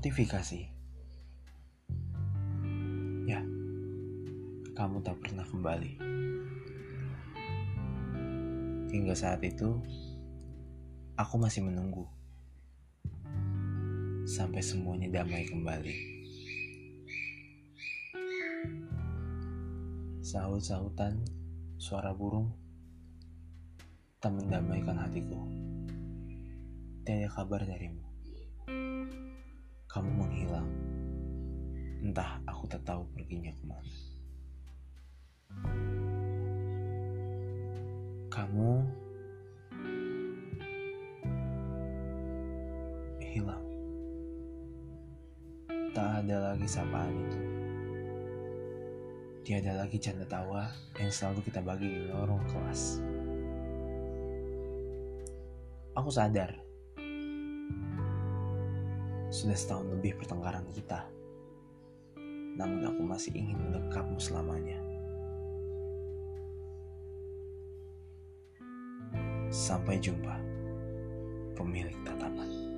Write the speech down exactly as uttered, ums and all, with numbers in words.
Notifikasi. Ya, kamu tak pernah kembali. Hingga saat itu, aku masih menunggu sampai semuanya damai kembali. Saut-sautan suara burung tak mendamaikan hatiku. Tiada kabar darimu. Kamu menghilang. Entah aku tak tahu perginya kemana. Kamu hilang. Tak ada lagi sapaan itu. Tiada lagi canda tawa yang selalu kita bagi di lorong kelas. Aku sadar, sudah setahun lebih pertengkaran kita. Namun aku masih ingin mendekapmu selamanya. Sampai jumpa, pemilik tatapan.